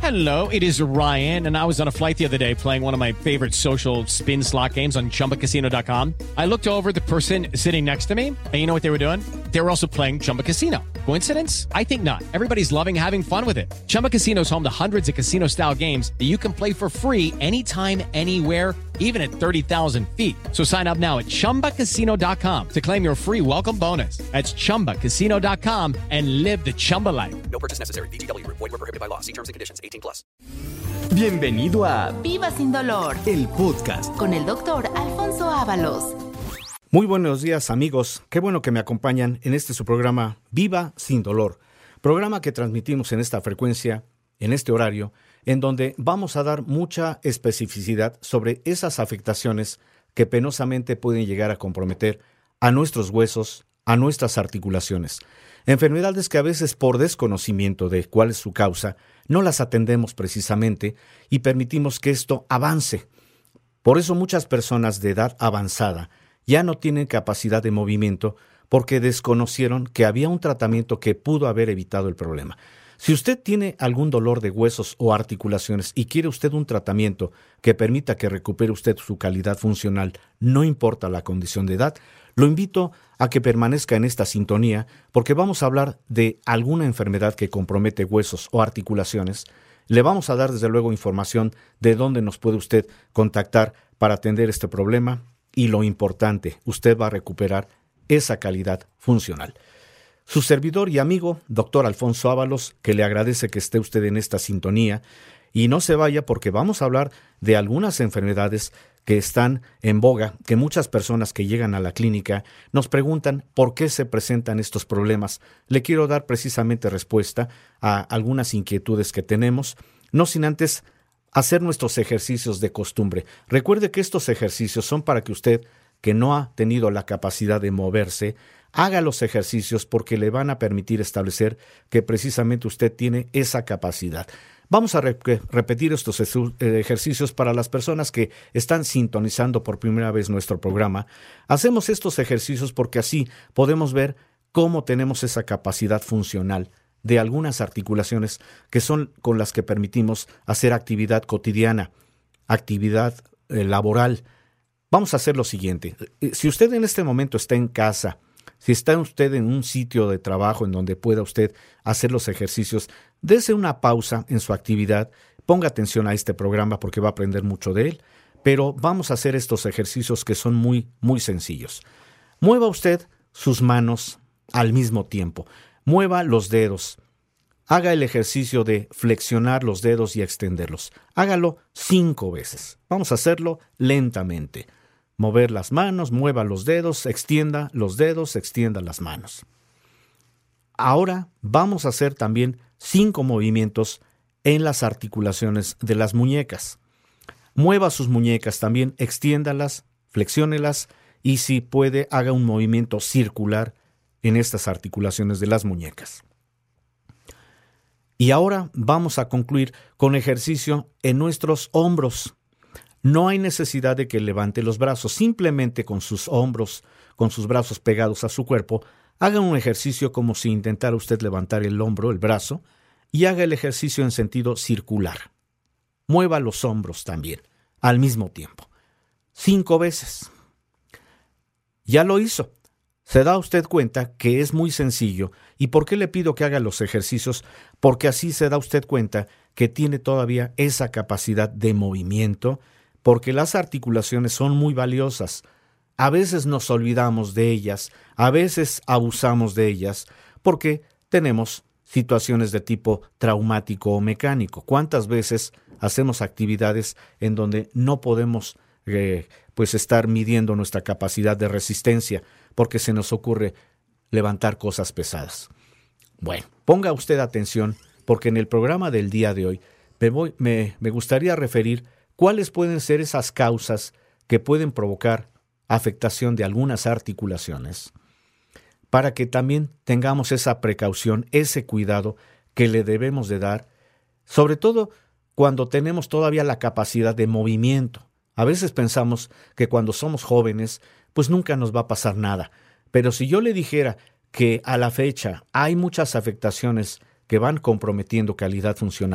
Hello, it is Ryan, and I was on a flight the other day playing one of my favorite social spin slot games on ChumbaCasino.com. I looked over at the person sitting next to me, and you know what they were doing? They were also playing Chumba Casino. Coincidence? I think not. Everybody's loving having fun with it. Chumba Casino is home to hundreds of casino-style games that you can play for free anytime, anywhere, even at 30,000 feet. So sign up now at ChumbaCasino.com to claim your free welcome bonus. That's ChumbaCasino.com and live the Chumba life. No purchase necessary. VGW. Void were prohibited by law. See terms and conditions. 18+. Bienvenido a Viva Sin Dolor, el podcast con el doctor Alfonso Ábalos. Muy buenos días, amigos. Qué bueno que me acompañan en este su programa Viva Sin Dolor, programa que transmitimos en esta frecuencia, en este horario, en donde vamos a dar mucha especificidad sobre esas afectaciones que penosamente pueden llegar a comprometer a nuestros huesos, a nuestras articulaciones. Enfermedades que a veces por desconocimiento de cuál es su causa, no las atendemos precisamente y permitimos que esto avance. Por eso muchas personas de edad avanzada ya no tienen capacidad de movimiento porque desconocieron que había un tratamiento que pudo haber evitado el problema. Si usted tiene algún dolor de huesos o articulaciones y quiere usted un tratamiento que permita que recupere usted su calidad funcional, no importa la condición de edad, lo invito a que permanezca en esta sintonía porque vamos a hablar de alguna enfermedad que compromete huesos o articulaciones. Le vamos a dar desde luego información de dónde nos puede usted contactar para atender este problema y lo importante, usted va a recuperar esa calidad funcional. Su servidor y amigo, doctor Alfonso Ábalos, que le agradece que esté usted en esta sintonía y no se vaya porque vamos a hablar de algunas enfermedades que están en boga, que muchas personas que llegan a la clínica nos preguntan por qué se presentan estos problemas. Le quiero dar precisamente respuesta a algunas inquietudes que tenemos, no sin antes hacer nuestros ejercicios de costumbre. Recuerde que estos ejercicios son para que usted, que no ha tenido la capacidad de moverse, haga los ejercicios porque le van a permitir establecer que precisamente usted tiene esa capacidad. Vamos a repetir estos ejercicios para las personas que están sintonizando por primera vez nuestro programa. Hacemos estos ejercicios porque así podemos ver cómo tenemos esa capacidad funcional de algunas articulaciones que son con las que permitimos hacer actividad cotidiana, actividad laboral. Vamos a hacer lo siguiente. Si usted en este momento está en casa, si está usted en un sitio de trabajo en donde pueda usted hacer los ejercicios, dése una pausa en su actividad, ponga atención a este programa porque va a aprender mucho de él, pero vamos a hacer estos ejercicios que son muy, muy sencillos. Mueva usted sus manos al mismo tiempo, mueva los dedos, haga el ejercicio de flexionar los dedos y extenderlos. Hágalo 5 veces. Vamos a hacerlo lentamente. Mover las manos, mueva los dedos, extienda los dedos, extienda las manos. Ahora vamos a hacer también 5 movimientos en las articulaciones de las muñecas. Mueva sus muñecas también, extiéndalas, flexiónelas y si puede haga un movimiento circular en estas articulaciones de las muñecas. Y ahora vamos a concluir con ejercicio en nuestros hombros. No hay necesidad de que levante los brazos, simplemente con sus hombros, con sus brazos pegados a su cuerpo, haga un ejercicio como si intentara usted levantar el hombro, el brazo, y haga el ejercicio en sentido circular. Mueva los hombros también, al mismo tiempo. 5 veces. Ya lo hizo. Se da usted cuenta que es muy sencillo. ¿Y por qué le pido que haga los ejercicios? Porque así se da usted cuenta que tiene todavía esa capacidad de movimiento, porque las articulaciones son muy valiosas. A veces nos olvidamos de ellas, a veces abusamos de ellas, porque tenemos situaciones de tipo traumático o mecánico. ¿Cuántas veces hacemos actividades en donde no podemos estar midiendo nuestra capacidad de resistencia porque se nos ocurre levantar cosas pesadas? Bueno, ponga usted atención porque en el programa del día de hoy me gustaría referir cuáles pueden ser esas causas que pueden provocar afectación de algunas articulaciones para que también tengamos esa precaución, ese cuidado que le debemos de dar, sobre todo cuando tenemos todavía la capacidad de movimiento. A veces pensamos que cuando somos jóvenes, pues nunca nos va a pasar nada. Pero si yo le dijera que a la fecha hay muchas afectaciones que van comprometiendo calidad funcional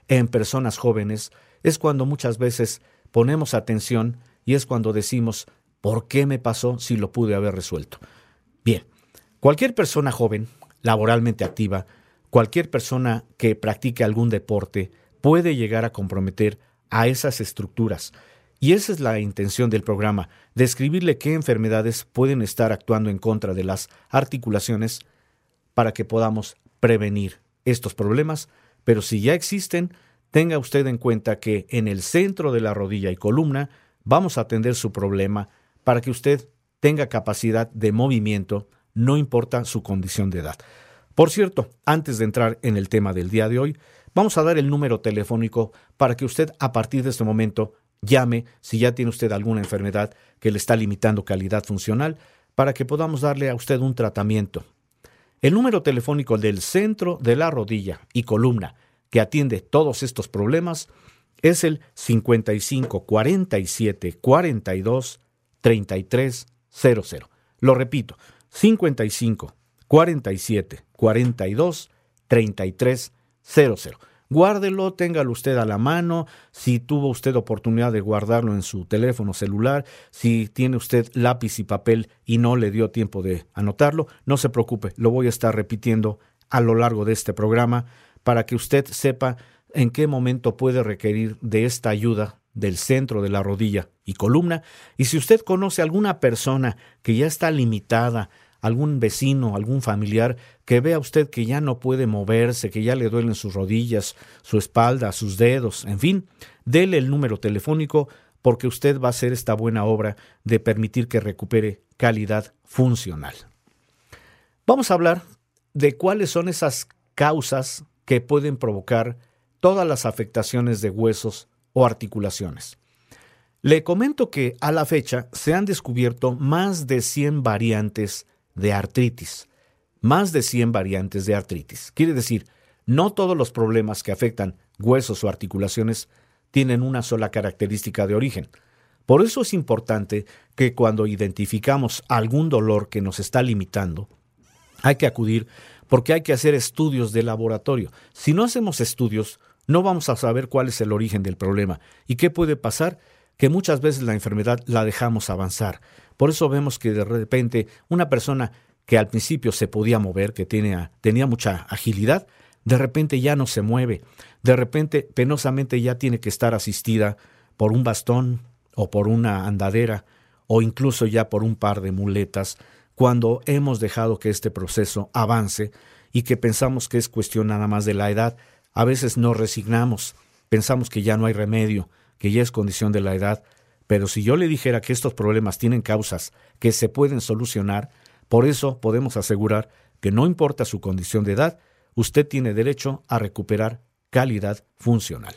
en personas jóvenes, es cuando muchas veces ponemos atención y es cuando decimos, ¿por qué me pasó si lo pude haber resuelto? Bien, cualquier persona joven, laboralmente activa, cualquier persona que practique algún deporte puede llegar a comprometer a esas estructuras. Y esa es la intención del programa, describirle qué enfermedades pueden estar actuando en contra de las articulaciones para que podamos prevenir estos problemas. Pero si ya existen, tenga usted en cuenta que en el centro de la rodilla y columna vamos a atender su problema para que usted tenga capacidad de movimiento, no importa su condición de edad. Por cierto, antes de entrar en el tema del día de hoy, vamos a dar el número telefónico para que usted a partir de este momento llame si ya tiene usted alguna enfermedad que le está limitando calidad funcional para que podamos darle a usted un tratamiento. El número telefónico del centro de la rodilla y columna que atiende todos estos problemas es el 55 47 42 33 00. Lo repito, 55 47 42 33 00. Guárdelo, téngalo usted a la mano, si tuvo usted oportunidad de guardarlo en su teléfono celular, si tiene usted lápiz y papel y no le dio tiempo de anotarlo, no se preocupe, lo voy a estar repitiendo a lo largo de este programa para que usted sepa en qué momento puede requerir de esta ayuda del centro de la rodilla y columna. Y si usted conoce a alguna persona que ya está limitada, algún vecino, algún familiar, que vea usted que ya no puede moverse, que ya le duelen sus rodillas, su espalda, sus dedos, en fin, dele el número telefónico porque usted va a hacer esta buena obra de permitir que recupere calidad funcional. Vamos a hablar de cuáles son esas causas que pueden provocar todas las afectaciones de huesos o articulaciones. Le comento que a la fecha se han descubierto más de 100 variantes de artritis. Más de 100 variantes de artritis. Quiere decir, no todos los problemas que afectan huesos o articulaciones tienen una sola característica de origen. Por eso es importante que cuando identificamos algún dolor que nos está limitando, hay que acudir porque hay que hacer estudios de laboratorio. Si no hacemos estudios, no vamos a saber cuál es el origen del problema. ¿Y qué puede pasar? Que muchas veces la enfermedad la dejamos avanzar. Por eso vemos que de repente una persona que al principio se podía mover, que tenía mucha agilidad, de repente ya no se mueve. De repente, penosamente, ya tiene que estar asistida por un bastón o por una andadera o incluso ya por un par de muletas, cuando hemos dejado que este proceso avance y que pensamos que es cuestión nada más de la edad. A veces nos resignamos, pensamos que ya no hay remedio, que ya es condición de la edad, pero si yo le dijera que estos problemas tienen causas que se pueden solucionar, por eso podemos asegurar que no importa su condición de edad, usted tiene derecho a recuperar calidad funcional.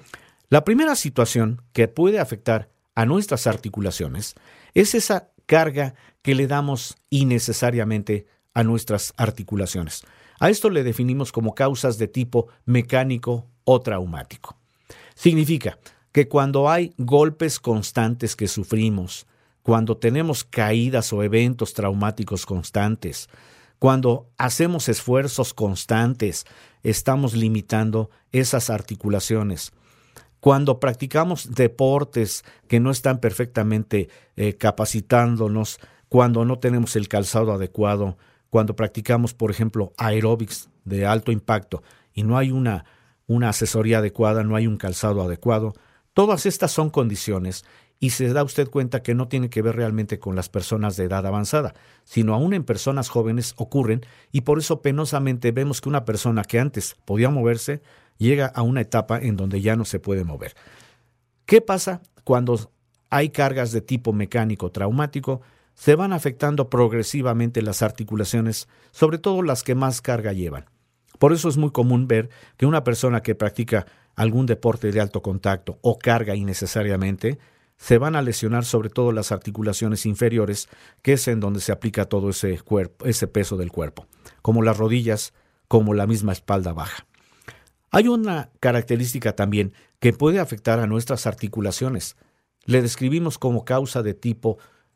La primera situación que puede afectar a nuestras articulaciones es esa carga que le damos innecesariamente a nuestras articulaciones. A esto le definimos como causas de tipo mecánico o traumático. Significa que cuando hay golpes constantes que sufrimos, cuando tenemos caídas o eventos traumáticos constantes, cuando hacemos esfuerzos constantes, estamos limitando esas articulaciones. Cuando practicamos deportes que no están perfectamente capacitándonos, cuando no tenemos el calzado adecuado, cuando practicamos, por ejemplo, aeróbics de alto impacto y no hay una asesoría adecuada, no hay un calzado adecuado, todas estas son condiciones y se da usted cuenta que no tiene que ver realmente con las personas de edad avanzada, sino aún en personas jóvenes ocurren y por eso penosamente vemos que una persona que antes podía moverse llega a una etapa en donde ya no se puede mover. ¿Qué pasa cuando hay cargas de tipo mecánico traumático? Se van afectando progresivamente las articulaciones, sobre todo las que más carga llevan. Por eso es muy común ver que una persona que practica algún deporte de alto contacto o carga innecesariamente, se van a lesionar sobre todo las articulaciones inferiores, que es en donde se aplica todo ese peso del cuerpo, como las rodillas, como la misma espalda baja. Hay una característica también que puede afectar a nuestras articulaciones. Le describimos como causa de tipo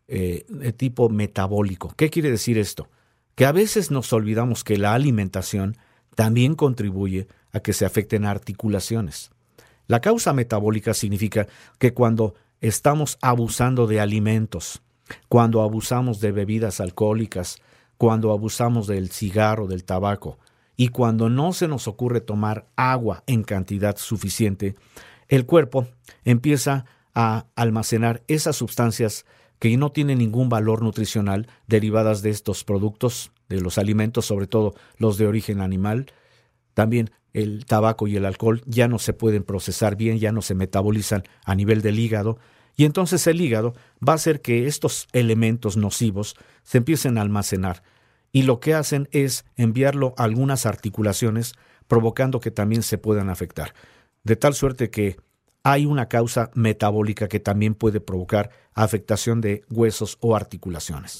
metabólico. ¿Qué quiere decir esto? Que a veces nos olvidamos que la alimentación también contribuye a que se afecten articulaciones. La causa metabólica significa que cuando estamos abusando de alimentos, cuando abusamos de bebidas alcohólicas, cuando abusamos del cigarro, del tabaco, y cuando no se nos ocurre tomar agua en cantidad suficiente, el cuerpo empieza a almacenar esas sustancias que no tienen ningún valor nutricional derivadas de estos productos, de los alimentos, sobre todo los de origen animal. También el tabaco y el alcohol ya no se pueden procesar bien, ya no se metabolizan a nivel del hígado, y entonces el hígado va a hacer que estos elementos nocivos se empiecen a almacenar, y lo que hacen es enviarlo a algunas articulaciones, provocando que también se puedan afectar, de tal suerte que hay una causa metabólica que también puede provocar afectación de huesos o articulaciones.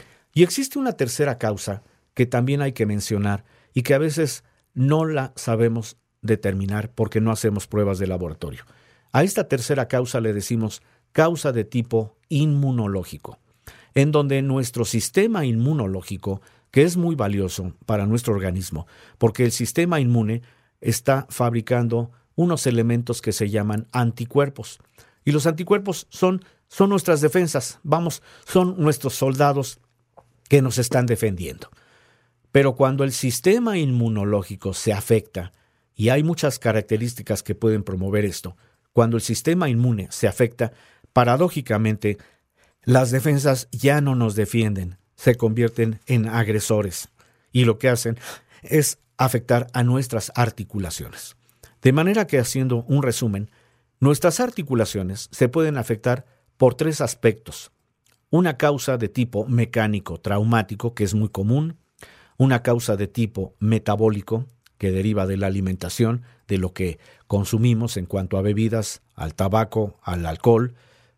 Y existe una tercera causa que también hay que mencionar y que a veces no la sabemos determinar porque no hacemos pruebas de laboratorio. A esta tercera causa le decimos causa de tipo inmunológico, en donde nuestro sistema inmunológico, que es muy valioso para nuestro organismo, porque el sistema inmune está fabricando unos elementos que se llaman anticuerpos. Y los anticuerpos son nuestras defensas, son nuestros soldados que nos están defendiendo. Pero cuando el sistema inmunológico se afecta, y hay muchas características que pueden promover esto, cuando el sistema inmune se afecta, paradójicamente, las defensas ya no nos defienden, se convierten en agresores, y lo que hacen es afectar a nuestras articulaciones. De manera que, haciendo un resumen, nuestras articulaciones se pueden afectar por tres aspectos. Una causa de tipo mecánico traumático, que es muy común, una causa de tipo metabólico, que deriva de la alimentación, de lo que consumimos en cuanto a bebidas, al tabaco, al alcohol,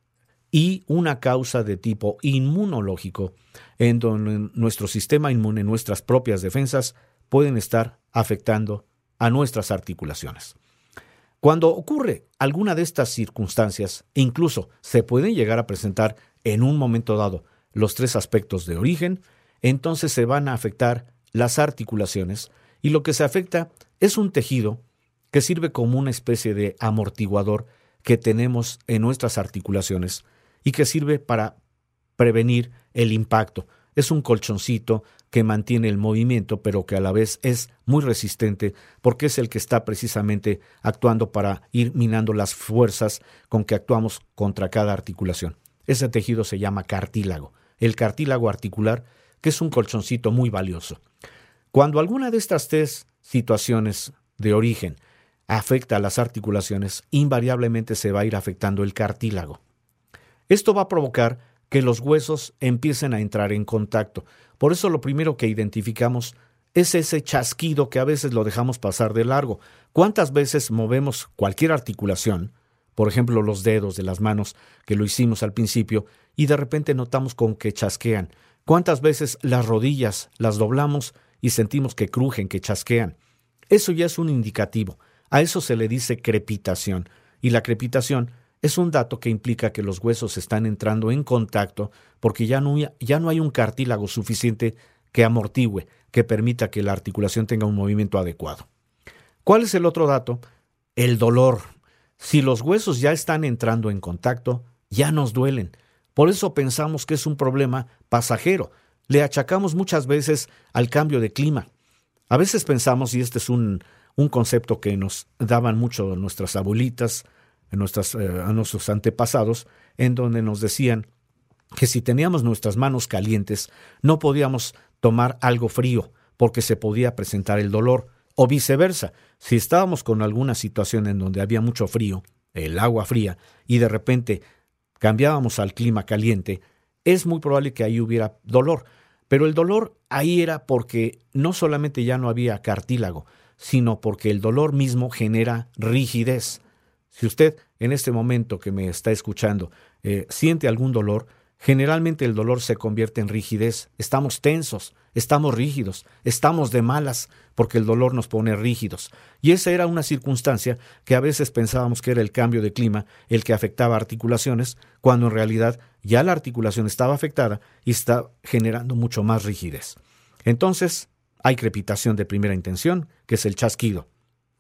y una causa de tipo inmunológico, en donde nuestro sistema inmune, nuestras propias defensas, pueden estar afectando a nuestras articulaciones. Cuando ocurre alguna de estas circunstancias, incluso se pueden llegar a presentar en un momento dado los tres aspectos de origen, entonces se van a afectar las articulaciones, y lo que se afecta es un tejido que sirve como una especie de amortiguador que tenemos en nuestras articulaciones y que sirve para prevenir el impacto. Es un colchoncito que mantiene el movimiento, pero que a la vez es muy resistente porque es el que está precisamente actuando para ir minando las fuerzas con que actuamos contra cada articulación. Ese tejido se llama cartílago, el cartílago articular, que es un colchoncito muy valioso. Cuando alguna de estas tres situaciones de origen afecta a las articulaciones, invariablemente se va a ir afectando el cartílago. Esto va a provocar que los huesos empiecen a entrar en contacto. Por eso lo primero que identificamos es ese chasquido que a veces lo dejamos pasar de largo. ¿Cuántas veces movemos cualquier articulación, por ejemplo los dedos de las manos, que lo hicimos al principio, y de repente notamos como que chasquean? ¿Cuántas veces las rodillas las doblamos y sentimos que crujen, que chasquean? Eso ya es un indicativo. A eso se le dice crepitación. Y la crepitación es un dato que implica que los huesos están entrando en contacto porque ya no hay un cartílago suficiente que amortigüe, que permita que la articulación tenga un movimiento adecuado. ¿Cuál es el otro dato? El dolor. Si los huesos ya están entrando en contacto, ya nos duelen. Por eso pensamos que es un problema pasajero. Le achacamos muchas veces al cambio de clima. A veces pensamos, y este es un concepto que nos daban mucho nuestras abuelitas, a nuestros antepasados, en donde nos decían que si teníamos nuestras manos calientes, no podíamos tomar algo frío porque se podía presentar el dolor, o viceversa. Si estábamos con alguna situación en donde había mucho frío, el agua fría, y de repente cambiábamos al clima caliente, es muy probable que ahí hubiera dolor. Pero el dolor ahí era porque no solamente ya no había cartílago, sino porque el dolor mismo genera rigidez. Si usted en este momento que me está escuchando siente algún dolor, generalmente el dolor se convierte en rigidez. Estamos tensos, estamos rígidos, estamos de malas porque el dolor nos pone rígidos. Y esa era una circunstancia que a veces pensábamos que era el cambio de clima el que afectaba articulaciones, cuando en realidad ya la articulación estaba afectada y está generando mucho más rigidez. Entonces hay crepitación de primera intención, que es el chasquido.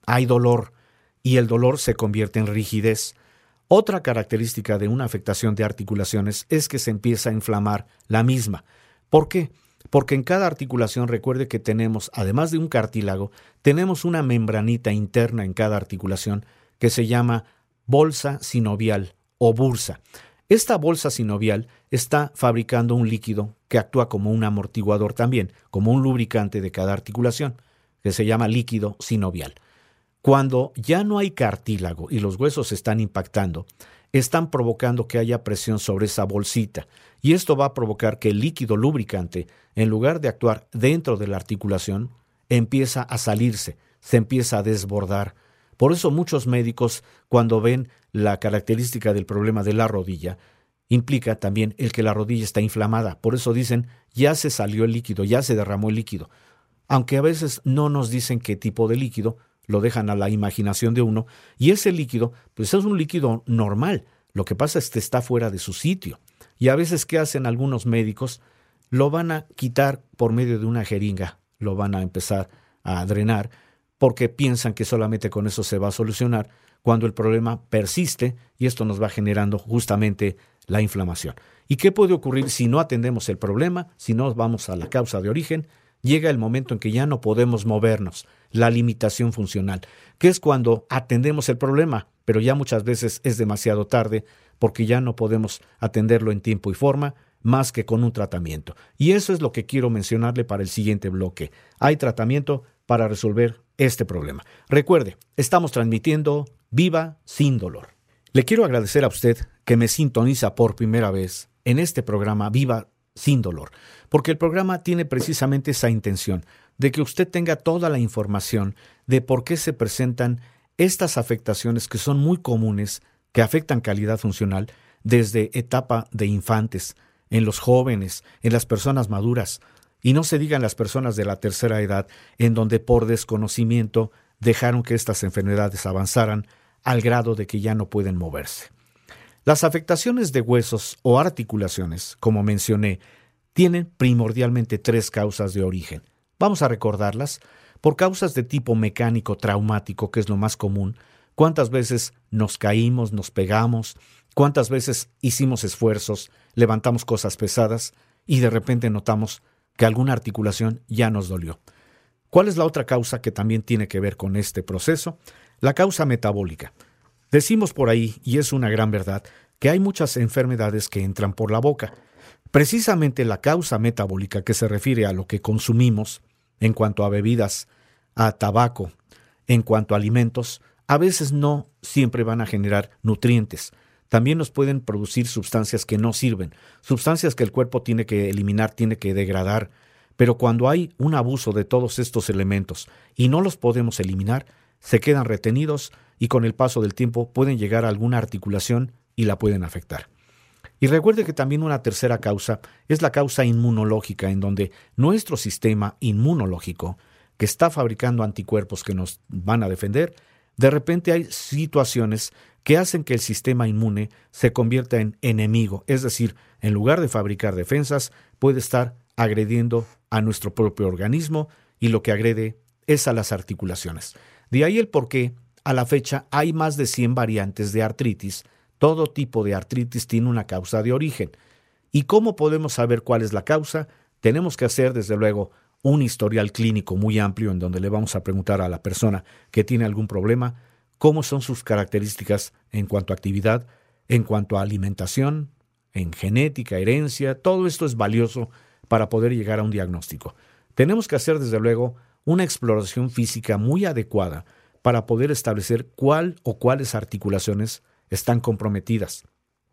hay dolor y el dolor se convierte en rigidez. Otra característica de una afectación de articulaciones es que se empieza a inflamar la misma. ¿Por qué? Porque en cada articulación, recuerde que tenemos, además de un cartílago, tenemos una membranita interna en cada articulación que se llama bolsa sinovial o bursa. Esta bolsa sinovial está fabricando un líquido que actúa como un amortiguador también, como un lubricante de cada articulación, que se llama líquido sinovial. Cuando ya no hay cartílago y los huesos se están impactando, están provocando que haya presión sobre esa bolsita, y esto va a provocar que el líquido lubricante, en lugar de actuar dentro de la articulación, empieza a salirse, se empieza a desbordar. Por eso muchos médicos, cuando ven la característica del problema de la rodilla, implica también el que la rodilla está inflamada. Por eso dicen, ya se salió el líquido, ya se derramó el líquido. Aunque a veces no nos dicen qué tipo de líquido, lo dejan a la imaginación de uno, y ese líquido, pues es un líquido normal. Lo que pasa es que está fuera de su sitio. Y a veces, ¿qué hacen algunos médicos? Lo van a quitar por medio de una jeringa, lo van a empezar a drenar, porque piensan que solamente con eso se va a solucionar, cuando el problema persiste, y esto nos va generando justamente la inflamación. ¿Y qué puede ocurrir si no atendemos el problema, si no vamos a la causa de origen? Llega el momento en que ya no podemos movernos, la limitación funcional, que es cuando atendemos el problema, pero ya muchas veces es demasiado tarde porque ya no podemos atenderlo en tiempo y forma, más que con un tratamiento. Y eso es lo que quiero mencionarle para el siguiente bloque. Hay tratamiento para resolver este problema. Recuerde, estamos transmitiendo Viva sin dolor. Le quiero agradecer a usted que me sintoniza por primera vez en este programa Viva sin dolor, porque el programa tiene precisamente esa intención de que usted tenga toda la información de por qué se presentan estas afectaciones que son muy comunes, que afectan calidad funcional desde etapa de infantes, en los jóvenes, en las personas maduras, y no se digan las personas de la tercera edad, en donde por desconocimiento dejaron que estas enfermedades avanzaran al grado de que ya no pueden moverse. Las afectaciones de huesos o articulaciones, como mencioné, tienen primordialmente 3 causas de origen. Vamos a recordarlas. Por causas de tipo mecánico traumático, que es lo más común. ¿Cuántas veces nos caímos, nos pegamos? ¿Cuántas veces hicimos esfuerzos, levantamos cosas pesadas y de repente notamos que alguna articulación ya nos dolió? ¿Cuál es la otra causa que también tiene que ver con este proceso? La causa metabólica. Decimos por ahí, y es una gran verdad, que hay muchas enfermedades que entran por la boca. Precisamente la causa metabólica, que se refiere a lo que consumimos en cuanto a bebidas, a tabaco, en cuanto a alimentos, a veces no siempre van a generar nutrientes. También nos pueden producir sustancias que no sirven, sustancias que el cuerpo tiene que eliminar, tiene que degradar. Pero cuando hay un abuso de todos estos elementos y no los podemos eliminar, se quedan retenidos y con el paso del tiempo pueden llegar a alguna articulación y la pueden afectar. Y recuerde que también una tercera causa es la causa inmunológica, en donde nuestro sistema inmunológico, que está fabricando anticuerpos que nos van a defender, de repente hay situaciones que hacen que el sistema inmune se convierta en enemigo, es decir, en lugar de fabricar defensas, puede estar agrediendo a nuestro propio organismo y lo que agrede es a las articulaciones. De ahí el por qué a la fecha hay más de 100 variantes de artritis. Todo tipo de artritis tiene una causa de origen. ¿Y cómo podemos saber cuál es la causa? Tenemos que hacer, desde luego, un historial clínico muy amplio en donde le vamos a preguntar a la persona que tiene algún problema cómo son sus características en cuanto a actividad, en cuanto a alimentación, en genética, herencia. Todo esto es valioso para poder llegar a un diagnóstico. Tenemos que hacer, desde luego, una exploración física muy adecuada para poder establecer cuál o cuáles articulaciones están comprometidas.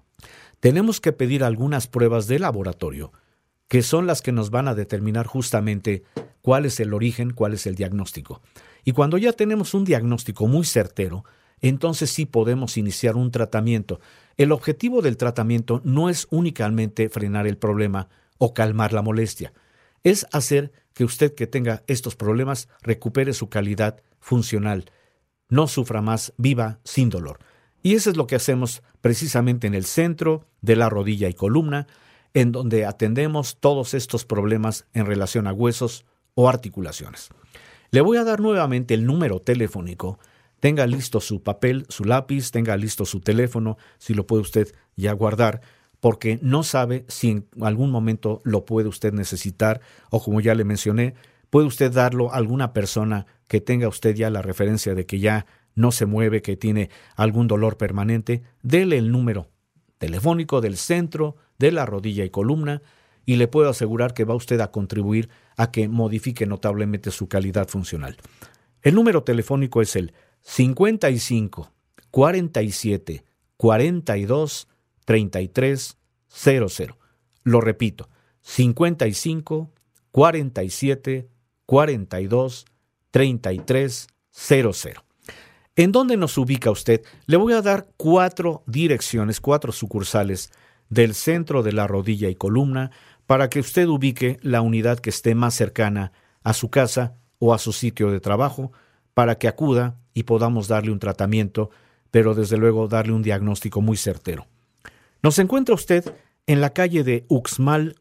Tenemos que pedir algunas pruebas de laboratorio, que son las que nos van a determinar justamente cuál es el origen, cuál es el diagnóstico. Y cuando ya tenemos un diagnóstico muy certero, entonces sí podemos iniciar un tratamiento. El objetivo del tratamiento no es únicamente frenar el problema o calmar la molestia, es hacer que usted que tenga estos problemas recupere su calidad funcional, no sufra más, viva sin dolor. Y eso es lo que hacemos precisamente en el centro de la rodilla y columna, en donde atendemos todos estos problemas en relación a huesos o articulaciones. Le voy a dar nuevamente el número telefónico. Tenga listo su papel, su lápiz, tenga listo su teléfono, si lo puede usted ya guardar, porque no sabe si en algún momento lo puede usted necesitar o, como ya le mencioné, puede usted darlo a alguna persona que tenga usted ya la referencia de que ya no se mueve, que tiene algún dolor permanente. Dele el número telefónico del centro de la rodilla y columna y le puedo asegurar que va usted a contribuir a que modifique notablemente su calidad funcional. El número telefónico es el 55 47 42 33 00. Lo repito, 55 47 42 33 00. ¿En dónde nos ubica usted? Le voy a dar 4 direcciones, 4 sucursales del centro de la rodilla y columna para que usted ubique la unidad que esté más cercana a su casa o a su sitio de trabajo, para que acuda y podamos darle un tratamiento, pero desde luego darle un diagnóstico muy certero. Nos encuentra usted en la calle de Uxmal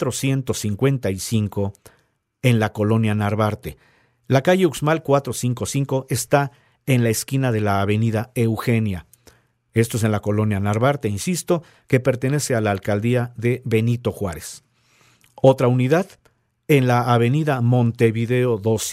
455, en la colonia Narvarte. La calle Uxmal 455 está en la esquina de la avenida Eugenia. Esto es en la colonia Narvarte, insisto, que pertenece a la alcaldía de Benito Juárez. Otra unidad en la avenida Montevideo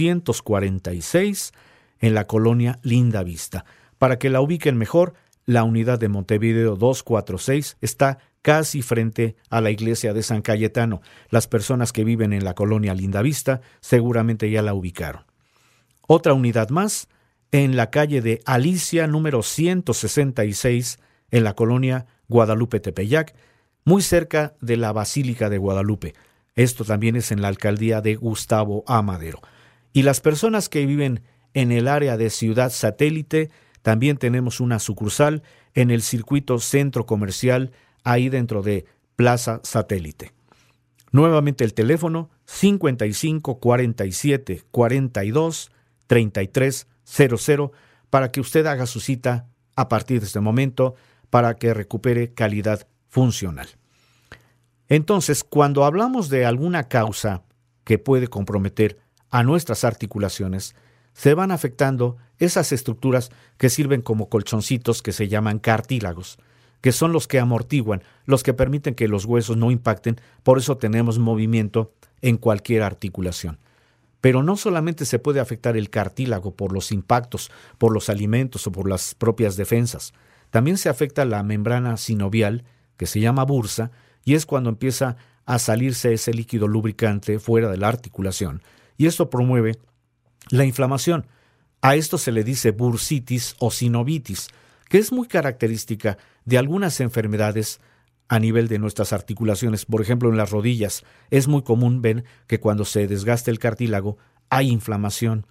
246, en la colonia Linda Vista. Para que la ubiquen mejor, la unidad de Montevideo 246 está casi frente a la iglesia de San Cayetano. Las personas que viven en la colonia Linda Vista seguramente ya la ubicaron. Otra unidad más en la calle de Alicia número 166, en la colonia Guadalupe Tepeyac, muy cerca de la Basílica de Guadalupe. Esto también es en la alcaldía de Gustavo A. Madero. Y las personas que viven en el área de Ciudad Satélite, también tenemos una sucursal en el circuito centro comercial, ahí dentro de Plaza Satélite. Nuevamente el teléfono 55 47 42 33 00 para que usted haga su cita a partir de este momento para que recupere calidad funcional. Entonces, cuando hablamos de alguna causa que puede comprometer a nuestras articulaciones, se van afectando esas estructuras que sirven como colchoncitos que se llaman cartílagos, que son los que amortiguan, los que permiten que los huesos no impacten, por eso tenemos movimiento en cualquier articulación. Pero no solamente se puede afectar el cartílago por los impactos, por los alimentos o por las propias defensas. También se afecta la membrana sinovial, que se llama bursa, y es cuando empieza a salirse ese líquido lubricante fuera de la articulación. Y esto promueve la inflamación. A esto se le dice bursitis o sinovitis, que es muy característica de algunas enfermedades a nivel de nuestras articulaciones. Por ejemplo, en las rodillas es muy común ver que cuando se desgasta el cartílago hay inflamación.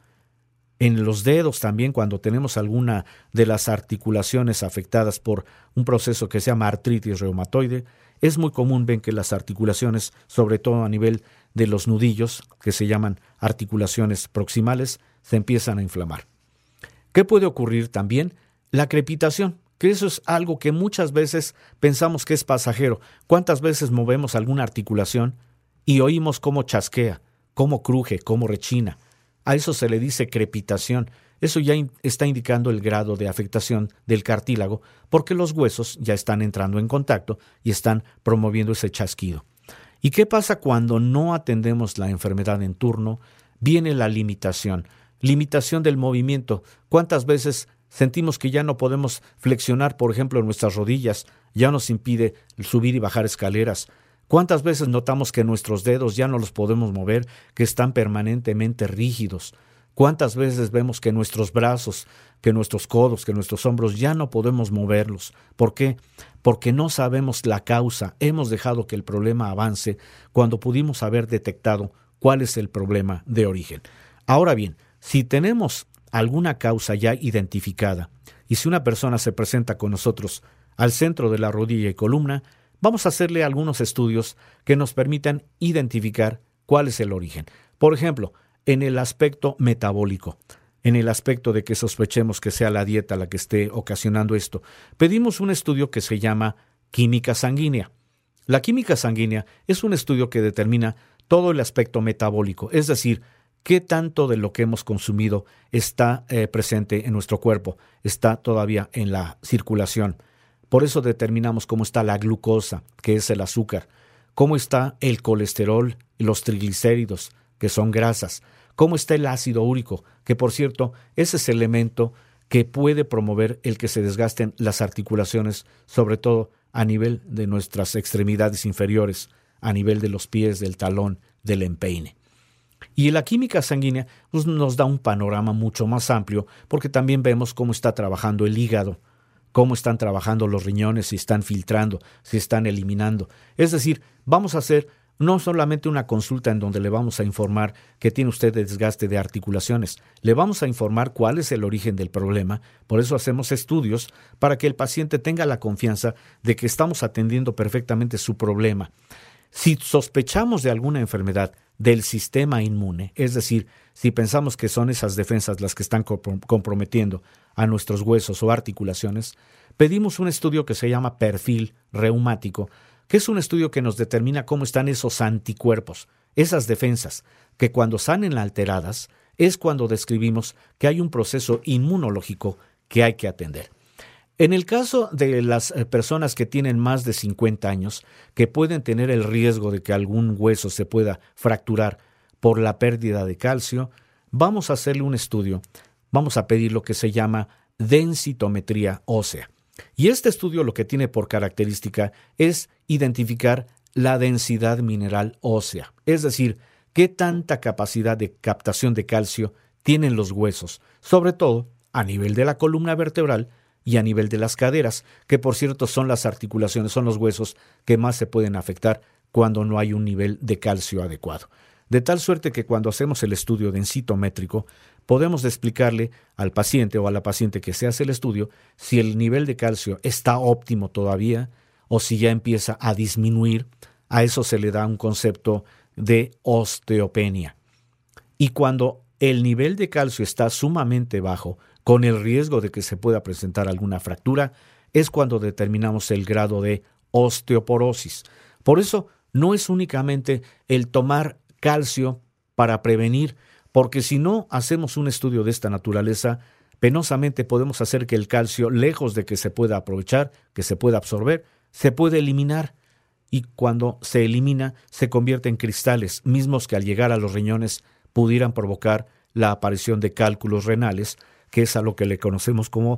En los dedos también, cuando tenemos alguna de las articulaciones afectadas por un proceso que se llama artritis reumatoide, es muy común ver que las articulaciones, sobre todo a nivel de los nudillos, que se llaman articulaciones proximales, se empiezan a inflamar. ¿Qué puede ocurrir también? La crepitación, que eso es algo que muchas veces pensamos que es pasajero. ¿Cuántas veces movemos alguna articulación y oímos cómo chasquea, cómo cruje, cómo rechina? A eso se le dice crepitación. Eso ya está indicando el grado de afectación del cartílago, porque los huesos ya están entrando en contacto y están promoviendo ese chasquido. ¿Y qué pasa cuando no atendemos la enfermedad en turno? Viene la limitación del movimiento. ¿Cuántas veces sentimos que ya no podemos flexionar, por ejemplo, nuestras rodillas? Ya nos impide subir y bajar escaleras. ¿Cuántas veces notamos que nuestros dedos ya no los podemos mover, que están permanentemente rígidos? ¿Cuántas veces vemos que nuestros brazos, que nuestros codos, que nuestros hombros ya no podemos moverlos? ¿Por qué? Porque no sabemos la causa. Hemos dejado que el problema avance cuando pudimos haber detectado cuál es el problema de origen. Ahora bien, si tenemos alguna causa ya identificada y si una persona se presenta con nosotros al centro de la rodilla y columna, vamos a hacerle algunos estudios que nos permitan identificar cuál es el origen. Por ejemplo, en el aspecto metabólico, en el aspecto de que sospechemos que sea la dieta la que esté ocasionando esto, pedimos un estudio que se llama química sanguínea. La química sanguínea es un estudio que determina todo el aspecto metabólico, es decir, qué tanto de lo que hemos consumido está presente en nuestro cuerpo, está todavía en la circulación. Por eso determinamos cómo está la glucosa, que es el azúcar, cómo está el colesterol y los triglicéridos, que son grasas, cómo está el ácido úrico, que por cierto, ese es el elemento que puede promover el que se desgasten las articulaciones, sobre todo a nivel de nuestras extremidades inferiores, a nivel de los pies, del talón, del empeine. Y la química sanguínea pues, nos da un panorama mucho más amplio, porque también vemos cómo está trabajando el hígado, cómo están trabajando los riñones, si están filtrando, si están eliminando. Es decir, vamos a hacer no solamente una consulta en donde le vamos a informar que tiene usted desgaste de articulaciones, le vamos a informar cuál es el origen del problema. Por eso hacemos estudios para que el paciente tenga la confianza de que estamos atendiendo perfectamente su problema. Si sospechamos de alguna enfermedad del sistema inmune, es decir, si pensamos que son esas defensas las que están comprometiendo a nuestros huesos o articulaciones, pedimos un estudio que se llama perfil reumático, que es un estudio que nos determina cómo están esos anticuerpos, esas defensas, que cuando salen alteradas es cuando describimos que hay un proceso inmunológico que hay que atender. En el caso de las personas que tienen más de 50 años, que pueden tener el riesgo de que algún hueso se pueda fracturar por la pérdida de calcio, vamos a hacerle un estudio, vamos a pedir lo que se llama densitometría ósea. Y este estudio lo que tiene por característica es identificar la densidad mineral ósea, es decir, qué tanta capacidad de captación de calcio tienen los huesos, sobre todo a nivel de la columna vertebral y a nivel de las caderas, que por cierto son las articulaciones, son los huesos que más se pueden afectar cuando no hay un nivel de calcio adecuado. De tal suerte que cuando hacemos el estudio densitométrico, podemos explicarle al paciente o a la paciente que se hace el estudio si el nivel de calcio está óptimo todavía o si ya empieza a disminuir. A eso se le da un concepto de osteopenia. Y cuando el nivel de calcio está sumamente bajo, con el riesgo de que se pueda presentar alguna fractura, es cuando determinamos el grado de osteoporosis. Por eso no es únicamente el tomar calcio para prevenir, porque si no hacemos un estudio de esta naturaleza, penosamente podemos hacer que el calcio, lejos de que se pueda aprovechar, que se pueda absorber, se puede eliminar. Y cuando se elimina, se convierte en cristales, mismos que al llegar a los riñones pudieran provocar la aparición de cálculos renales, que es a lo que le conocemos como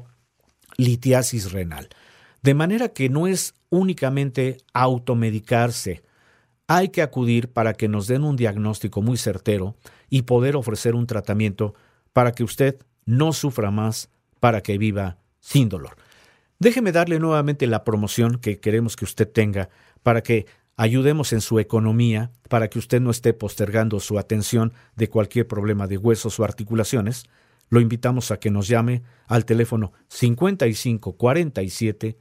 litiasis renal. De manera que no es únicamente automedicarse. Hay que acudir para que nos den un diagnóstico muy certero y poder ofrecer un tratamiento para que usted no sufra más, para que viva sin dolor. Déjeme darle nuevamente la promoción que queremos que usted tenga para que ayudemos en su economía, para que usted no esté postergando su atención de cualquier problema de huesos o articulaciones. Lo invitamos a que nos llame al teléfono 55 47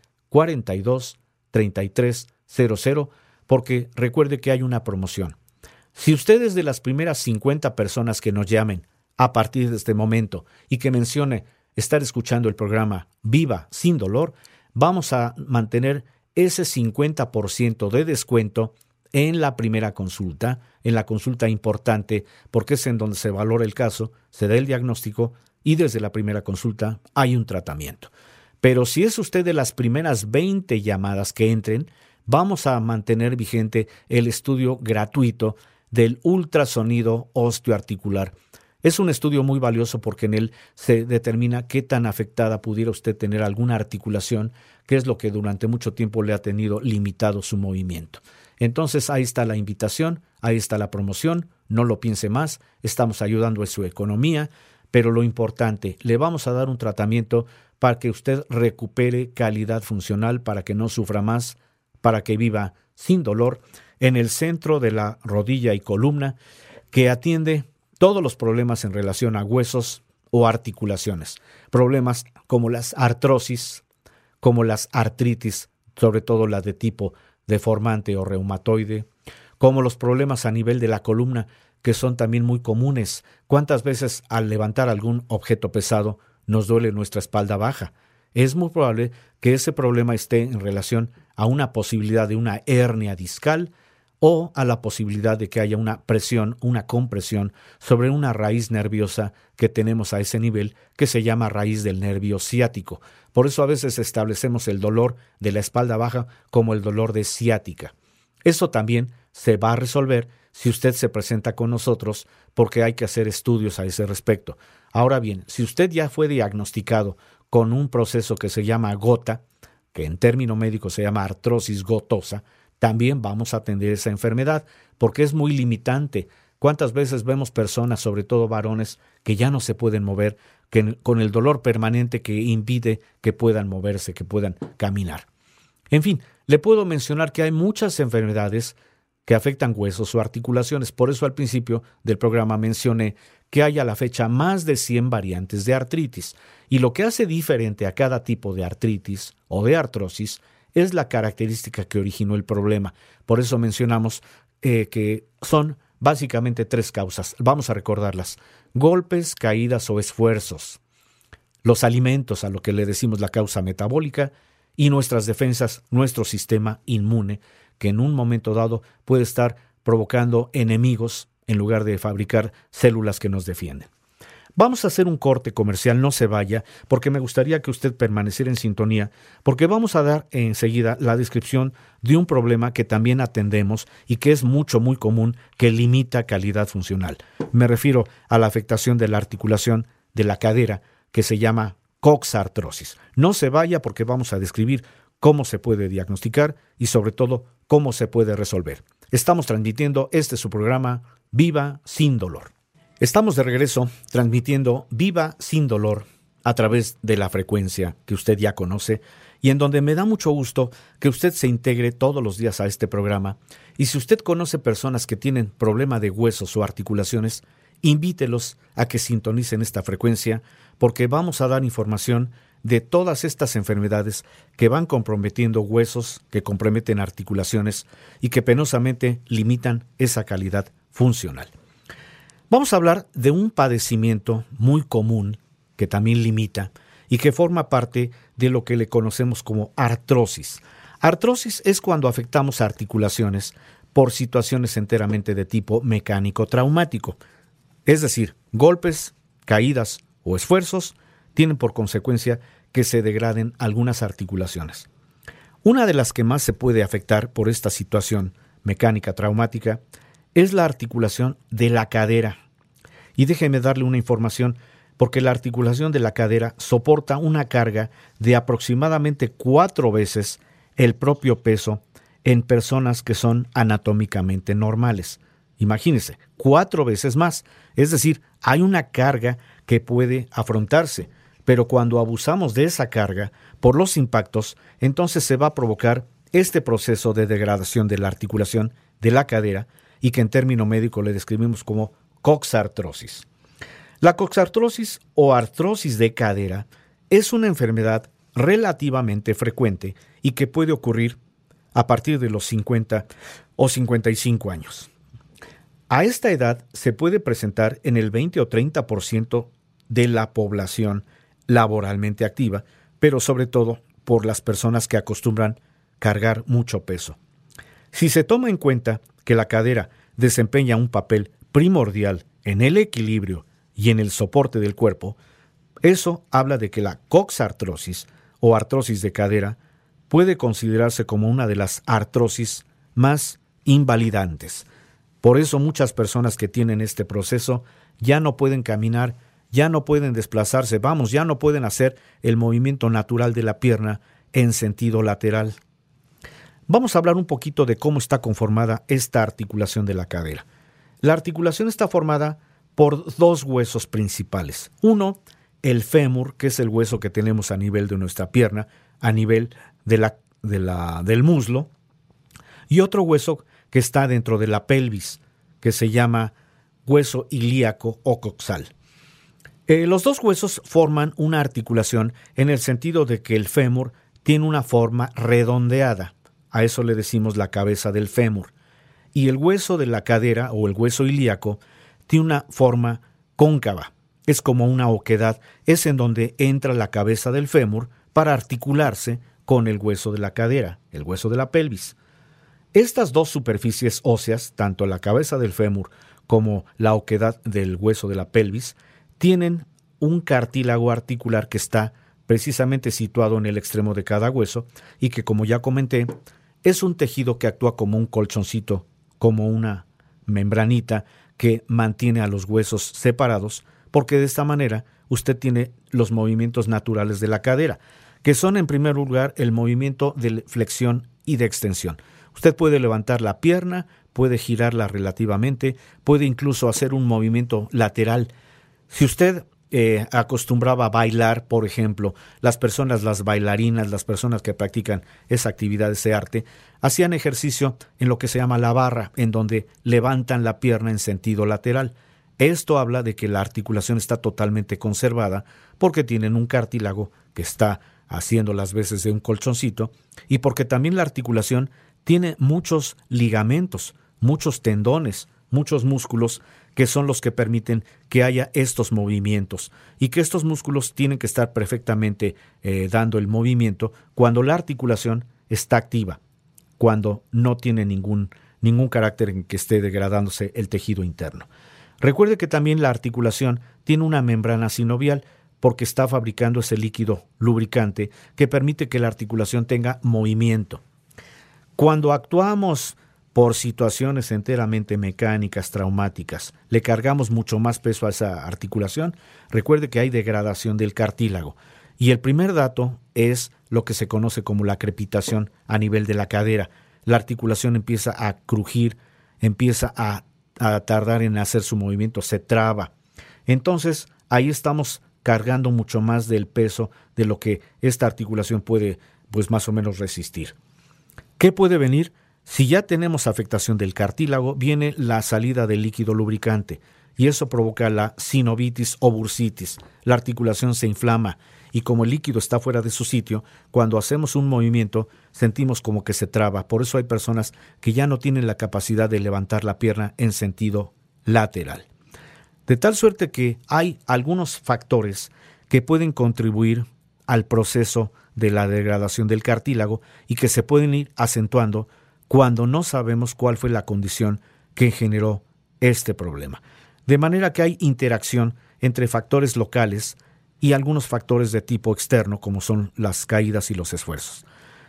42 33 00, porque recuerde que hay una promoción. Si usted es de las primeras 50 personas que nos llamen a partir de este momento y que mencione estar escuchando el programa Viva Sin Dolor, vamos a mantener ese 50% de descuento en la primera consulta, en la consulta importante, porque es en donde se valora el caso, se da el diagnóstico y desde la primera consulta hay un tratamiento. Pero si es usted de las primeras 20 llamadas que entren, vamos a mantener vigente el estudio gratuito del ultrasonido osteoarticular. Es un estudio muy valioso porque en él se determina qué tan afectada pudiera usted tener alguna articulación, que es lo que durante mucho tiempo le ha tenido limitado su movimiento. Entonces ahí está la invitación, ahí está la promoción, no lo piense más, estamos ayudando a su economía, pero lo importante, le vamos a dar un tratamiento para que usted recupere calidad funcional, para que no sufra más, para que viva sin dolor, en el centro de la rodilla y columna, que atiende todos los problemas en relación a huesos o articulaciones. Problemas como las artrosis, como las artritis, sobre todo la de tipo deformante o reumatoide, como los problemas a nivel de la columna, que son también muy comunes. ¿Cuántas veces al levantar algún objeto pesado nos duele nuestra espalda baja? Es muy probable que ese problema esté en relación a una posibilidad de una hernia discal o a la posibilidad de que haya una presión, una compresión sobre una raíz nerviosa que tenemos a ese nivel, que se llama raíz del nervio ciático. Por eso a veces establecemos el dolor de la espalda baja como el dolor de ciática. Eso también se va a resolver si usted se presenta con nosotros, porque hay que hacer estudios a ese respecto. Ahora bien, si usted ya fue diagnosticado con un proceso que se llama gota, que en término médico se llama artrosis gotosa, también vamos a atender esa enfermedad, porque es muy limitante. ¿Cuántas veces vemos personas, sobre todo varones, que ya no se pueden mover, con el dolor permanente que impide que puedan moverse, que puedan caminar? En fin, le puedo mencionar que hay muchas enfermedades que afectan huesos o articulaciones. Por eso al principio del programa mencioné que hay a la fecha más de 100 variantes de artritis. Y lo que hace diferente a cada tipo de artritis o de artrosis es la característica que originó el problema. Por eso mencionamos que son básicamente 3 causas. Vamos a recordarlas: golpes, caídas o esfuerzos, los alimentos, a lo que le decimos la causa metabólica, y nuestras defensas, nuestro sistema inmune, que en un momento dado puede estar provocando enemigos en lugar de fabricar células que nos defienden. Vamos a hacer un corte comercial, no se vaya, porque me gustaría que usted permaneciera en sintonía, porque vamos a dar enseguida la descripción de un problema que también atendemos y que es muy común, que limita calidad funcional. Me refiero a la afectación de la articulación de la cadera, que se llama coxartrosis. No se vaya, porque vamos a describir cómo se puede diagnosticar y sobre todo cómo se puede resolver. Estamos transmitiendo su programa Viva Sin Dolor. Estamos de regreso transmitiendo Viva Sin Dolor a través de la frecuencia que usted ya conoce y en donde me da mucho gusto que usted se integre todos los días a este programa. Y si usted conoce personas que tienen problema de huesos o articulaciones, invítelos a que sintonicen esta frecuencia, porque vamos a dar información de todas estas enfermedades que van comprometiendo huesos, que comprometen articulaciones y que penosamente limitan esa calidad funcional. Vamos a hablar de un padecimiento muy común que también limita y que forma parte de lo que le conocemos como artrosis. Artrosis es cuando afectamos articulaciones por situaciones enteramente de tipo mecánico traumático. Es decir, golpes, caídas o esfuerzos tienen por consecuencia que se degraden algunas articulaciones. Una de las que más se puede afectar por esta situación mecánica traumática es la articulación de la cadera. Y déjeme darle una información, porque la articulación de la cadera soporta una carga de aproximadamente 4 veces el propio peso en personas que son anatómicamente normales. Imagínense, 4 veces más. Es decir, hay una carga que puede afrontarse, pero cuando abusamos de esa carga por los impactos, entonces se va a provocar este proceso de degradación de la articulación de la cadera y que en término médico le describimos como coxartrosis. La coxartrosis o artrosis de cadera es una enfermedad relativamente frecuente y que puede ocurrir a partir de los 50 o 55 años. A esta edad se puede presentar en el 20 o 30% de la población laboralmente activa, pero sobre todo por las personas que acostumbran cargar mucho peso. Si se toma en cuenta que la cadera desempeña un papel primordial en el equilibrio y en el soporte del cuerpo, eso habla de que la coxartrosis o artrosis de cadera puede considerarse como una de las artrosis más invalidantes. Por eso muchas personas que tienen este proceso ya no pueden caminar, ya no pueden desplazarse, ya no pueden hacer el movimiento natural de la pierna en sentido lateral. Vamos a hablar un poquito de cómo está conformada esta articulación de la cadera. La articulación está formada por 2 huesos principales. Uno, el fémur, que es el hueso que tenemos a nivel de nuestra pierna, a nivel del muslo, y otro hueso que está dentro de la pelvis, que se llama hueso ilíaco o coxal. Los 2 huesos forman una articulación en el sentido de que el fémur tiene una forma redondeada. A eso le decimos la cabeza del fémur. Y el hueso de la cadera o el hueso ilíaco tiene una forma cóncava. Es como una oquedad. Es en donde entra la cabeza del fémur para articularse con el hueso de la cadera, el hueso de la pelvis. Estas dos superficies óseas, tanto la cabeza del fémur como la oquedad del hueso de la pelvis, tienen un cartílago articular que está precisamente situado en el extremo de cada hueso y que, como ya comenté, es un tejido que actúa como un colchoncito, como una membranita que mantiene a los huesos separados, porque de esta manera usted tiene los movimientos naturales de la cadera, que son en primer lugar el movimiento de flexión y de extensión. Usted puede levantar la pierna, puede girarla relativamente, puede incluso hacer un movimiento lateral. Si usted acostumbraba a bailar, por ejemplo, las bailarinas, las personas que practican esa actividad, ese arte, hacían ejercicio en lo que se llama la barra, en donde levantan la pierna en sentido lateral. Esto habla de que la articulación está totalmente conservada porque tienen un cartílago que está haciendo las veces de un colchoncito y porque también la articulación tiene muchos ligamentos, muchos tendones, muchos músculos que son los que permiten que haya estos movimientos y que estos músculos tienen que estar perfectamente dando el movimiento cuando la articulación está activa, cuando no tiene ningún carácter en que esté degradándose el tejido interno. Recuerde que también la articulación tiene una membrana sinovial porque está fabricando ese líquido lubricante que permite que la articulación tenga movimiento. Cuando actuamos por situaciones enteramente mecánicas, traumáticas, le cargamos mucho más peso a esa articulación. Recuerde que hay degradación del cartílago. Y el primer dato es lo que se conoce como la crepitación a nivel de la cadera. La articulación empieza a crujir, empieza a tardar en hacer su movimiento, se traba. Entonces, ahí estamos cargando mucho más del peso de lo que esta articulación puede, pues más o menos resistir. ¿Qué puede venir? Si ya tenemos afectación del cartílago, viene la salida del líquido lubricante y eso provoca la sinovitis o bursitis. La articulación se inflama y como el líquido está fuera de su sitio, cuando hacemos un movimiento sentimos como que se traba. Por eso hay personas que ya no tienen la capacidad de levantar la pierna en sentido lateral. De tal suerte que hay algunos factores que pueden contribuir al proceso de la degradación del cartílago y que se pueden ir acentuando cuando no sabemos cuál fue la condición que generó este problema. De manera que hay interacción entre factores locales y algunos factores de tipo externo, como son las caídas y los esfuerzos.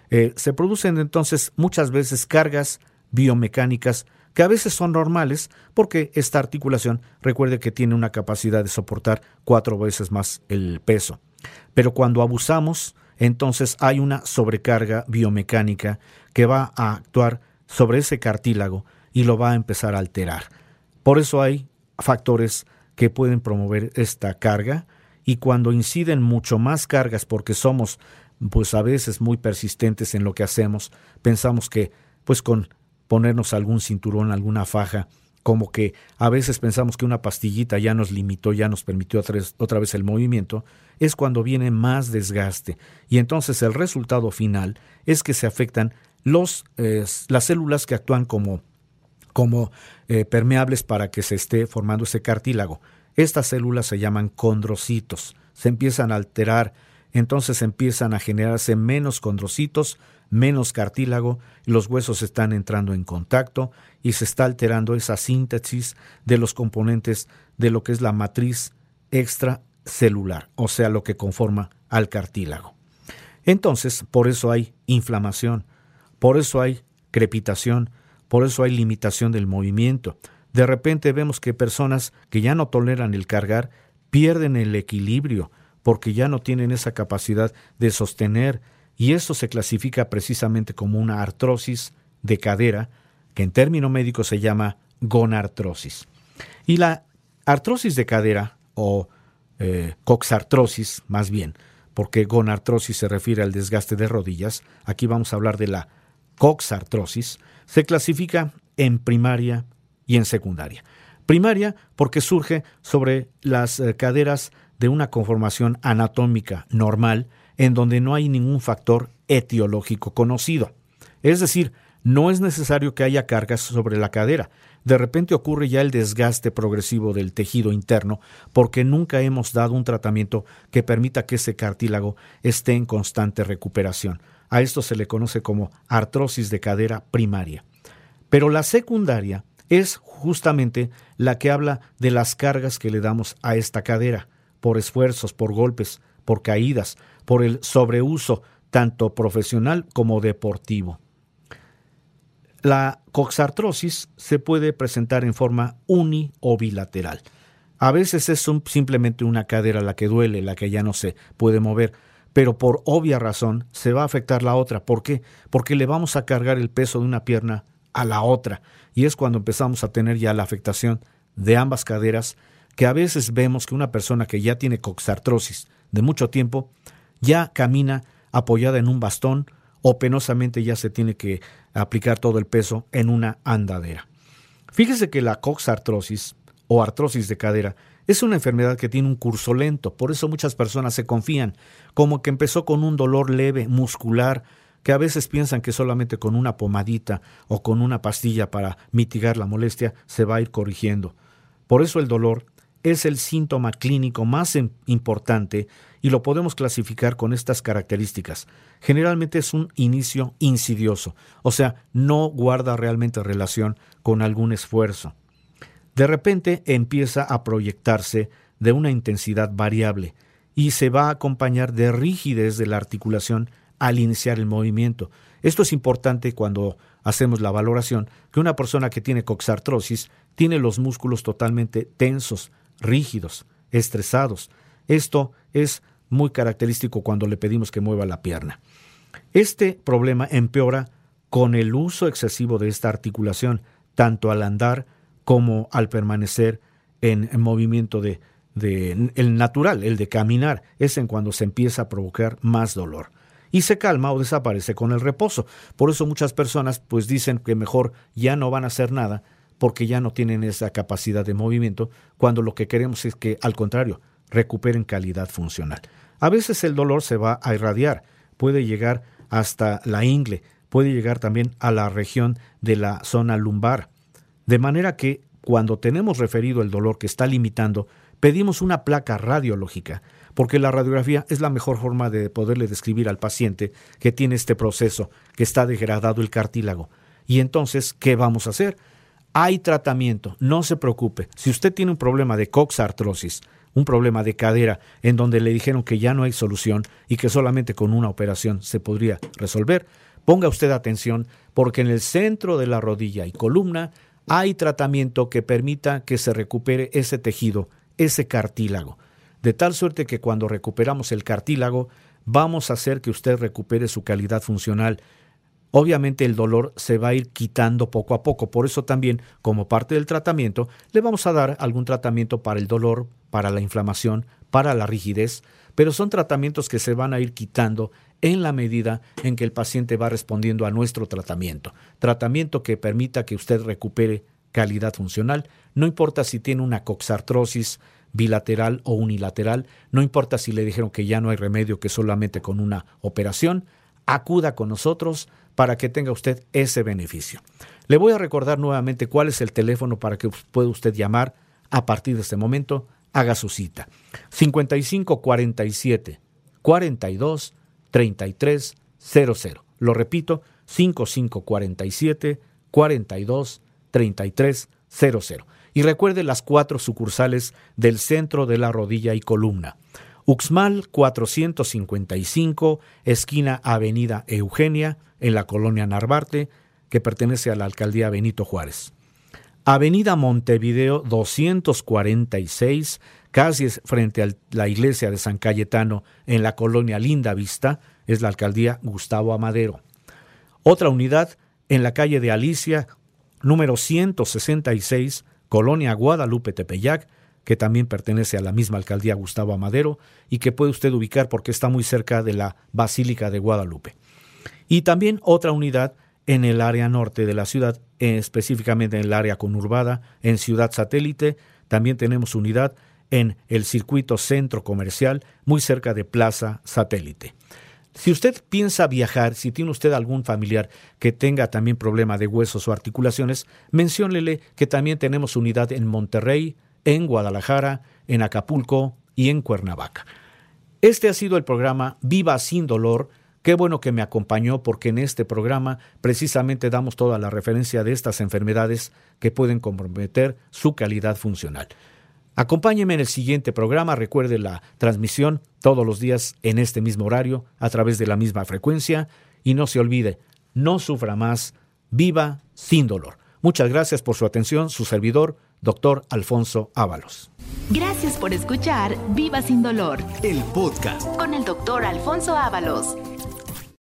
Se producen entonces muchas veces cargas biomecánicas que a veces son normales porque esta articulación, recuerde que tiene una capacidad de soportar 4 veces más el peso. Pero cuando abusamos, entonces hay una sobrecarga biomecánica que va a actuar sobre ese cartílago y lo va a empezar a alterar. Por eso hay factores que pueden promover esta carga y cuando inciden mucho más cargas porque somos pues a veces muy persistentes en lo que hacemos, pensamos que pues con ponernos algún cinturón, alguna faja, como que a veces pensamos que una pastillita ya nos limitó, ya nos permitió otra vez el movimiento, es cuando viene más desgaste. Y entonces el resultado final es que se afectan las células que actúan como permeables para que se esté formando ese cartílago. Estas células se llaman condrocitos, se empiezan a alterar, entonces empiezan a generarse menos condrocitos, menos cartílago, los huesos están entrando en contacto y se está alterando esa síntesis de los componentes de lo que es la matriz extracelular, o sea, lo que conforma al cartílago. Entonces, por eso hay inflamación, por eso hay crepitación, por eso hay limitación del movimiento. De repente vemos que personas que ya no toleran el cargar pierden el equilibrio porque ya no tienen esa capacidad de sostener. Y esto se clasifica precisamente como una artrosis de cadera, que en término médico se llama gonartrosis. Y la artrosis de cadera, o coxartrosis más bien, porque gonartrosis se refiere al desgaste de rodillas, aquí vamos a hablar de la coxartrosis, se clasifica en primaria y en secundaria. Primaria porque surge sobre las caderas de una conformación anatómica normal, en donde no hay ningún factor etiológico conocido. Es decir, no es necesario que haya cargas sobre la cadera. De repente ocurre ya el desgaste progresivo del tejido interno porque nunca hemos dado un tratamiento que permita que ese cartílago esté en constante recuperación. A esto se le conoce como artrosis de cadera primaria. Pero la secundaria es justamente la que habla de las cargas que le damos a esta cadera, por esfuerzos, por golpes, por caídas, por el sobreuso tanto profesional como deportivo. La coxartrosis se puede presentar en forma uni o bilateral. A veces es simplemente una cadera la que duele, la que ya no se puede mover, pero por obvia razón se va a afectar la otra. ¿Por qué? Porque le vamos a cargar el peso de una pierna a la otra, y es cuando empezamos a tener ya la afectación de ambas caderas, que a veces vemos que una persona que ya tiene coxartrosis de mucho tiempo ya camina apoyada en un bastón o penosamente ya se tiene que aplicar todo el peso en una andadera. Fíjese que la coxartrosis o artrosis de cadera es una enfermedad que tiene un curso lento, por eso muchas personas se confían, como que empezó con un dolor leve, muscular, que a veces piensan que solamente con una pomadita o con una pastilla para mitigar la molestia se va a ir corrigiendo. Por eso el dolor es el síntoma clínico más importante y lo podemos clasificar con estas características. Generalmente es un inicio insidioso, o sea, no guarda realmente relación con algún esfuerzo. De repente empieza a proyectarse de una intensidad variable y se va a acompañar de rigidez de la articulación al iniciar el movimiento. Esto es importante cuando hacemos la valoración, que una persona que tiene coxartrosis tiene los músculos totalmente tensos, rígidos, estresados. Esto es muy característico cuando le pedimos que mueva la pierna. Este problema empeora con el uso excesivo de esta articulación, tanto al andar como al permanecer en movimiento el natural, el de caminar. Es en cuando se empieza a provocar más dolor. Y se calma o desaparece con el reposo. Por eso muchas personas pues dicen que mejor ya no van a hacer nada porque ya no tienen esa capacidad de movimiento, cuando lo que queremos es que, al contrario, recuperen calidad funcional. A veces el dolor se va a irradiar, puede llegar hasta la ingle, puede llegar también a la región de la zona lumbar. De manera que cuando tenemos referido el dolor que está limitando, pedimos una placa radiológica, porque la radiografía es la mejor forma de poderle describir al paciente que tiene este proceso, que está degradado el cartílago. Y entonces, ¿qué vamos a hacer? Hay tratamiento, no se preocupe. Si usted tiene un problema de coxartrosis, un problema de cadera, en donde le dijeron que ya no hay solución y que solamente con una operación se podría resolver, ponga usted atención, porque en el centro de la rodilla y columna hay tratamiento que permita que se recupere ese tejido, ese cartílago. De tal suerte que cuando recuperamos el cartílago, vamos a hacer que usted recupere su calidad funcional. Obviamente el dolor se va a ir quitando poco a poco. Por eso también, como parte del tratamiento, le vamos a dar algún tratamiento para el dolor, para la inflamación, para la rigidez, pero son tratamientos que se van a ir quitando en la medida en que el paciente va respondiendo a nuestro tratamiento. Tratamiento que permita que usted recupere calidad funcional. No importa si tiene una coxartrosis bilateral o unilateral, no importa si le dijeron que ya no hay remedio, que solamente con una operación, acuda con nosotros para que tenga usted ese beneficio. Le voy a recordar nuevamente cuál es el teléfono para que pueda usted llamar a partir de este momento. Haga su cita. 55 47 42 33 00. Lo repito, 55 47 42 33 00. Y recuerde las 4 sucursales del centro de la rodilla y columna. Uxmal 455, esquina Avenida Eugenia, en la colonia Narvarte, que pertenece a la alcaldía Benito Juárez. Avenida Montevideo 246, casi frente a la iglesia de San Cayetano, en la colonia Linda Vista, es la alcaldía Gustavo Amadero. Otra unidad en la calle de Alicia, número 166, colonia Guadalupe Tepeyac, que también pertenece a la misma alcaldía Gustavo Amadero y que puede usted ubicar porque está muy cerca de la Basílica de Guadalupe. Y también otra unidad en el área norte de la ciudad, específicamente en el área conurbada, en Ciudad Satélite. También tenemos unidad en el circuito centro comercial, muy cerca de Plaza Satélite. Si usted piensa viajar, si tiene usted algún familiar que tenga también problema de huesos o articulaciones, menciónele que también tenemos unidad en Monterrey, en Guadalajara, en Acapulco y en Cuernavaca. Este ha sido el programa Viva Sin Dolor, Qué bueno que me acompañó, porque en este programa precisamente damos toda la referencia de estas enfermedades que pueden comprometer su calidad funcional. Acompáñeme en el siguiente programa. Recuerde la transmisión todos los días en este mismo horario, a través de la misma frecuencia. Y no se olvide, no sufra más, viva sin dolor. Muchas gracias por su atención. Su servidor, Dr. Alfonso Ábalos. Gracias por escuchar Viva Sin Dolor El podcast. con el Dr. Alfonso Ábalos.